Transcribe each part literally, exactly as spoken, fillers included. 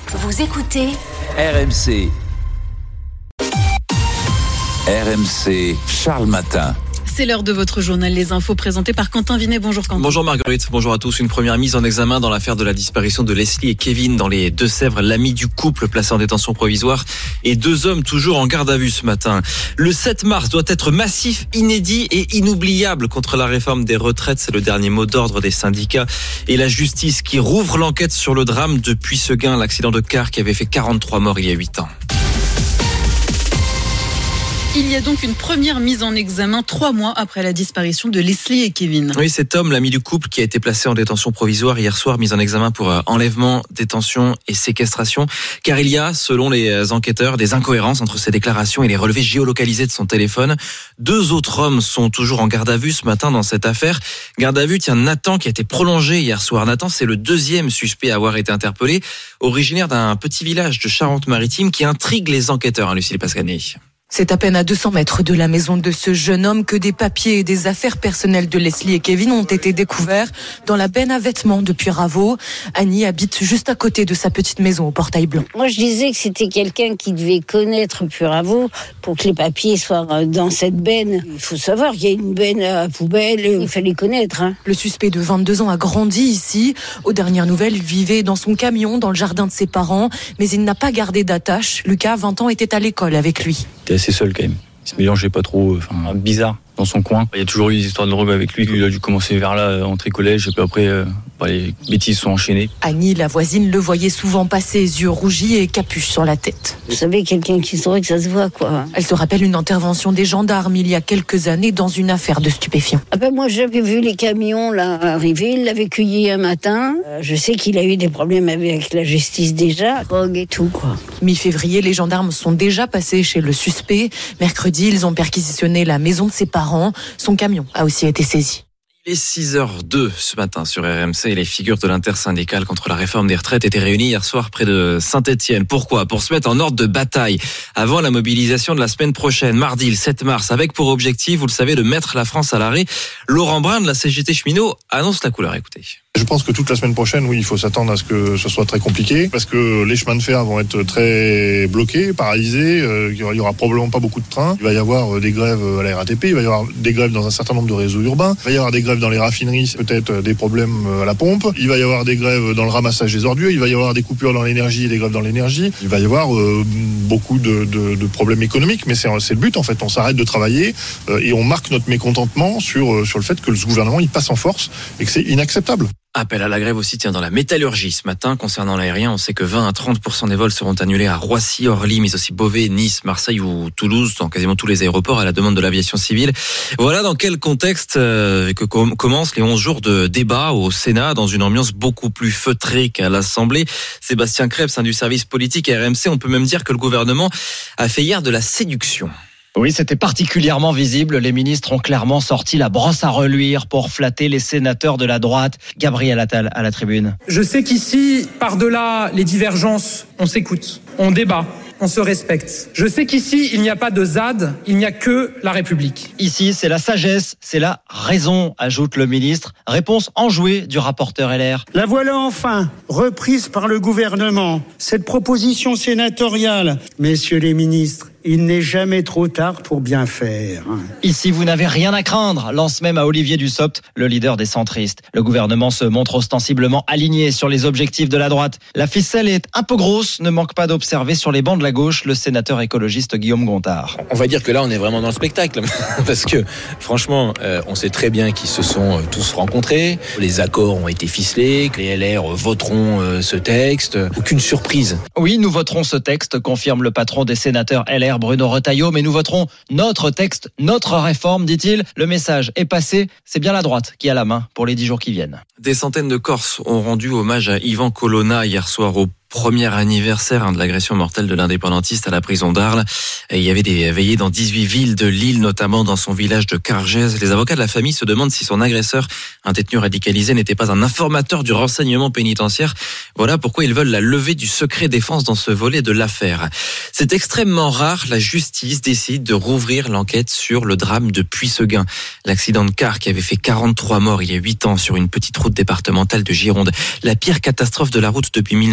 Vous écoutez R M C. R M C, Charles Matin. C'est l'heure de votre journal Les Infos présenté par Quentin Vinet. Bonjour Quentin. Bonjour Marguerite, bonjour à tous. Une première mise en examen dans l'affaire de la disparition de Leslie et Kevin dans les Deux-Sèvres. L'ami du couple placé en détention provisoire et deux hommes toujours en garde à vue ce matin. Le sept mars doit être massif, inédit et inoubliable contre la réforme des retraites. C'est le dernier mot d'ordre des syndicats et la justice qui rouvre l'enquête sur le drame de Puyseguin, l'accident de car qui avait fait quarante-trois morts il y a huit ans. Il y a donc une première mise en examen trois mois après la disparition de Leslie et Kevin. Oui, cet homme, l'ami du couple, qui a été placé en détention provisoire hier soir, mis en examen pour enlèvement, détention et séquestration. Car il y a, selon les enquêteurs, des incohérences entre ses déclarations et les relevés géolocalisés de son téléphone. Deux autres hommes sont toujours en garde à vue ce matin dans cette affaire. Garde à vue, tiens, Nathan, qui a été prolongé hier soir. Nathan, c'est le deuxième suspect à avoir été interpellé, originaire d'un petit village de Charente-Maritime qui intrigue les enquêteurs, hein, Lucille Pascani. C'est à peine à deux cents mètres de la maison de ce jeune homme que des papiers et des affaires personnelles de Leslie et Kevin ont été découverts dans la benne à vêtements de Puyraveau. Annie habite juste à côté de sa petite maison au portail blanc. Moi, je disais que c'était quelqu'un qui devait connaître Puyraveau pour que les papiers soient dans cette benne. Il faut savoir qu'il y a une benne à poubelle, il fallait connaître. Hein. Le suspect de vingt-deux ans a grandi ici. Aux dernières nouvelles, il vivait dans son camion dans le jardin de ses parents, mais il n'a pas gardé d'attache. Lucas, vingt ans, était à l'école avec lui. Il était assez seul quand même. Il se mélangeait pas trop, enfin, bizarre dans son coin. Il y a toujours eu des histoires de drogue avec lui. Il a dû commencer vers là, entrée collège, et puis après, euh, bah, les bêtises sont enchaînées. Annie, la voisine, le voyait souvent passer, yeux rougis et capuche sur la tête. Vous savez, quelqu'un qui saurait que ça se voit, quoi. Elle se rappelle une intervention des gendarmes il y a quelques années dans une affaire de stupéfiants. Ah ben moi, j'avais vu les camions là arriver, il l'avait cueilli un matin. Euh, je sais qu'il a eu des problèmes avec la justice déjà, drogue et tout, quoi. Mi-février, les gendarmes sont déjà passés chez le suspect. Mercredi, ils ont perquisitionné la maison de ses parents. Son camion a aussi été saisi. Il est six heures deux ce matin sur R M C et les figures de l'intersyndicale contre la réforme des retraites étaient réunies hier soir près de Saint-Étienne. Pourquoi ? Pour se mettre en ordre de bataille avant la mobilisation de la semaine prochaine, mardi le sept mars, avec pour objectif, vous le savez, de mettre la France à l'arrêt. Laurent Brun de la C G T Cheminot annonce la couleur. Écoutez. Je pense que toute la semaine prochaine, oui, il faut s'attendre à ce que ce soit très compliqué parce que les chemins de fer vont être très bloqués, paralysés. Euh, il y aura probablement pas beaucoup de trains. Il va y avoir des grèves à la R A T P, il va y avoir des grèves dans un certain nombre de réseaux urbains. Il va y avoir des grèves dans les raffineries, peut-être des problèmes à la pompe. Il va y avoir des grèves dans le ramassage des ordures. Il va y avoir des coupures dans l'énergie et des grèves dans l'énergie. Il va y avoir euh, beaucoup de, de, de problèmes économiques, mais c'est, c'est le but en fait. On s'arrête de travailler euh, et on marque notre mécontentement sur sur le fait que le gouvernement il passe en force et que c'est inacceptable. Appel à la grève aussi tiens, dans la métallurgie ce matin. Concernant l'aérien, on sait que vingt à trente pour cent des vols seront annulés à Roissy, Orly, mais aussi Beauvais, Nice, Marseille ou Toulouse, dans quasiment tous les aéroports à la demande de l'aviation civile. Voilà dans quel contexte euh, que com- commencent les onze jours de débat au Sénat, dans une ambiance beaucoup plus feutrée qu'à l'Assemblée. Sébastien Krebs, hein, du service politique à R M C, on peut même dire que le gouvernement a fait hier de la séduction. Oui, c'était particulièrement visible. Les ministres ont clairement sorti la brosse à reluire pour flatter les sénateurs de la droite. Gabriel Attal à la tribune. Je sais qu'ici, par-delà les divergences, on s'écoute, on débat, on se respecte. Je sais qu'ici, il n'y a pas de Z A D, il n'y a que la République. Ici, c'est la sagesse, c'est la raison, ajoute le ministre. Réponse enjouée du rapporteur L R. La voilà enfin, reprise par le gouvernement. Cette proposition sénatoriale, messieurs les ministres, il n'est jamais trop tard pour bien faire. Ici, vous n'avez rien à craindre, lance même à Olivier Dussopt, le leader des centristes. Le gouvernement se montre ostensiblement aligné sur les objectifs de la droite. La ficelle est un peu grosse, ne manque pas d'observer sur les bancs de la gauche le sénateur écologiste Guillaume Gontard. On va dire que là, on est vraiment dans le spectacle. Parce que, franchement, euh, on sait très bien qu'ils se sont euh, tous rencontrés. Les accords ont été ficelés, que les L R voteront euh, ce texte. Aucune surprise. Oui, nous voterons ce texte, confirme le patron des sénateurs L R, Bruno Retailleau, mais nous voterons notre texte, notre réforme, dit-il. Le message est passé, c'est bien la droite qui a la main pour les dix jours qui viennent. Des centaines de Corses ont rendu hommage à Yvan Colonna hier soir au premier anniversaire hein, de l'agression mortelle de l'indépendantiste à la prison d'Arles. Et il y avait des veillées dans dix-huit villes de l'île, notamment dans son village de Cargèse. Les avocats de la famille se demandent si son agresseur, un détenu radicalisé, n'était pas un informateur du renseignement pénitentiaire. Voilà pourquoi ils veulent la levée du secret défense dans ce volet de l'affaire. C'est extrêmement rare, la justice décide de rouvrir l'enquête sur le drame de Puyseguin. L'accident de car qui avait fait quarante-trois morts il y a huit ans sur une petite route départementale de Gironde. La pire catastrophe de la route depuis mille neuf cent quatre-vingt-dix.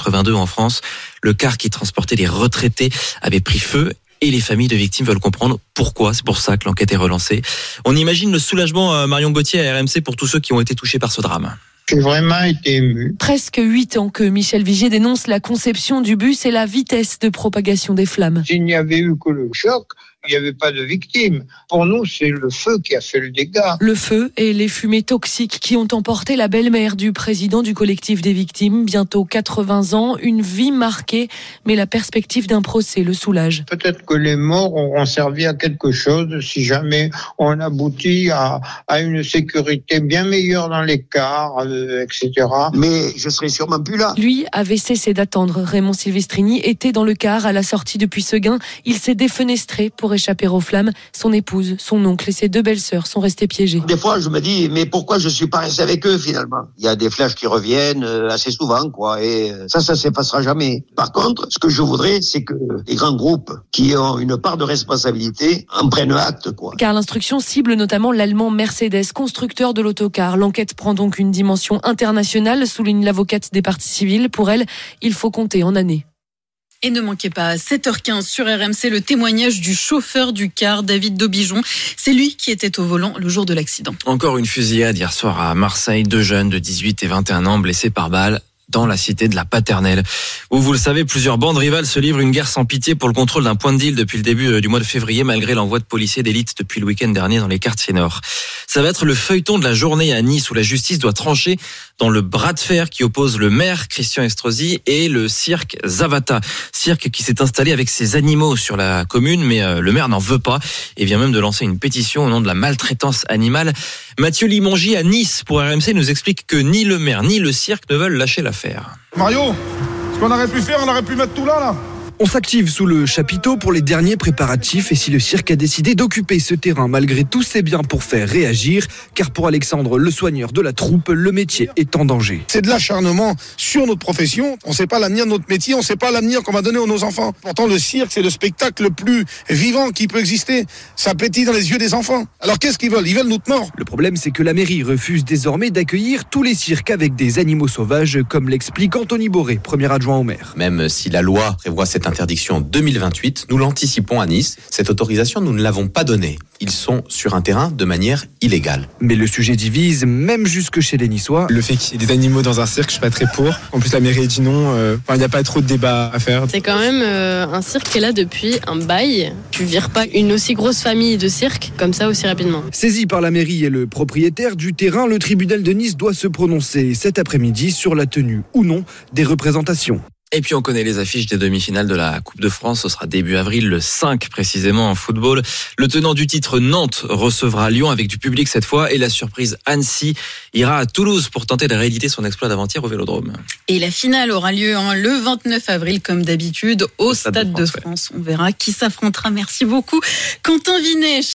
quatre-vingt-deux en France. Le car qui transportait les retraités avait pris feu. Et les familles de victimes veulent comprendre pourquoi. C'est pour ça que l'enquête est relancée. On imagine le soulagement, Marion Gauthier, à R M C, pour tous ceux qui ont été touchés par ce drame. J'ai vraiment été ému. Presque huit ans que Michel Vigier dénonce la conception du bus et la vitesse de propagation des flammes. S'il n'y avait eu que le choc, il n'y avait pas de victimes. Pour nous, c'est le feu qui a fait le dégât. Le feu et les fumées toxiques qui ont emporté la belle-mère du président du collectif des victimes, bientôt quatre-vingts ans, une vie marquée, mais la perspective d'un procès le soulage. Peut-être que les morts auront servi à quelque chose si jamais on aboutit à, à une sécurité bien meilleure dans les cars, euh, et cetera. Mais je serai sûrement plus là. Lui avait cessé d'attendre. Raymond Silvestrini était dans le car à la sortie depuis Seguin. Il s'est défenestré pour échapper aux flammes. Son épouse, son oncle et ses deux belles-sœurs sont restés piégés. Des fois, je me dis, mais pourquoi je suis pas resté avec eux finalement ? Il y a des flashs qui reviennent assez souvent, quoi. Et ça, ça s'effacera jamais. Par contre, ce que je voudrais, c'est que les grands groupes qui ont une part de responsabilité en prennent acte, quoi. Car l'instruction cible notamment l'allemand Mercedes, constructeur de l'autocar. L'enquête prend donc une dimension internationale, souligne l'avocate des parties civiles. Pour elle, il faut compter en années. Et ne manquez pas à sept heures quinze sur R M C le témoignage du chauffeur du car, David Daubijon. C'est lui qui était au volant le jour de l'accident. Encore une fusillade hier soir à Marseille. Deux jeunes de dix-huit et vingt et un ans blessés par balle dans la cité de la Paternelle, où vous le savez, plusieurs bandes rivales se livrent une guerre sans pitié pour le contrôle d'un point de deal depuis le début du mois de février, malgré l'envoi de policiers d'élite depuis le week-end dernier dans les quartiers nord. Ça va être le feuilleton de la journée à Nice, où la justice doit trancher dans le bras de fer qui oppose le maire Christian Estrosi et le cirque Zavata. Cirque qui s'est installé avec ses animaux sur la commune, mais le maire n'en veut pas et vient même de lancer une pétition au nom de la maltraitance animale. Mathieu Limongi à Nice pour R M C nous explique que ni le maire ni le cirque ne veulent lâcher l'affaire. Mario, ce qu'on aurait pu faire, on aurait pu mettre tout là, là. On s'active sous le chapiteau pour les derniers préparatifs et si le cirque a décidé d'occuper ce terrain malgré tout, c'est bien pour faire réagir, car pour Alexandre, le soigneur de la troupe, le métier est en danger. C'est de l'acharnement sur notre profession. On ne sait pas l'avenir de notre métier, on ne sait pas l'avenir qu'on va donner à nos enfants. Pourtant, le cirque, c'est le spectacle le plus vivant qui peut exister. Ça pétille dans les yeux des enfants. Alors qu'est-ce qu'ils veulent ? Ils veulent notre mort. Le problème, c'est que la mairie refuse désormais d'accueillir tous les cirques avec des animaux sauvages, comme l'explique Anthony Boré, premier adjoint au maire. Même si la loi prévoit cette interdiction en deux mille vingt-huit, nous l'anticipons à Nice. Cette autorisation, nous ne l'avons pas donnée. Ils sont sur un terrain de manière illégale. Mais le sujet divise, même jusque chez les Niçois. Le fait qu'il y ait des animaux dans un cirque, je suis pas très pour. En plus, la mairie a dit non. Euh, enfin, il n'y a pas trop de débat à faire. C'est quand même euh, un cirque qui est là depuis un bail. Tu vires pas une aussi grosse famille de cirque comme ça aussi rapidement. Saisi par la mairie et le propriétaire du terrain, le tribunal de Nice doit se prononcer cet après-midi sur la tenue ou non des représentations. Et puis on connaît les affiches des demi-finales de la Coupe de France. Ce sera début avril, le cinq précisément en football. Le tenant du titre Nantes recevra Lyon avec du public cette fois. Et la surprise Annecy ira à Toulouse pour tenter de rééditer son exploit d'avant-hier au Vélodrome. Et la finale aura lieu hein, le vingt-neuf avril comme d'habitude au, au Stade, Stade de France. De France. Ouais. On verra qui s'affrontera. Merci beaucoup Quentin Vinet.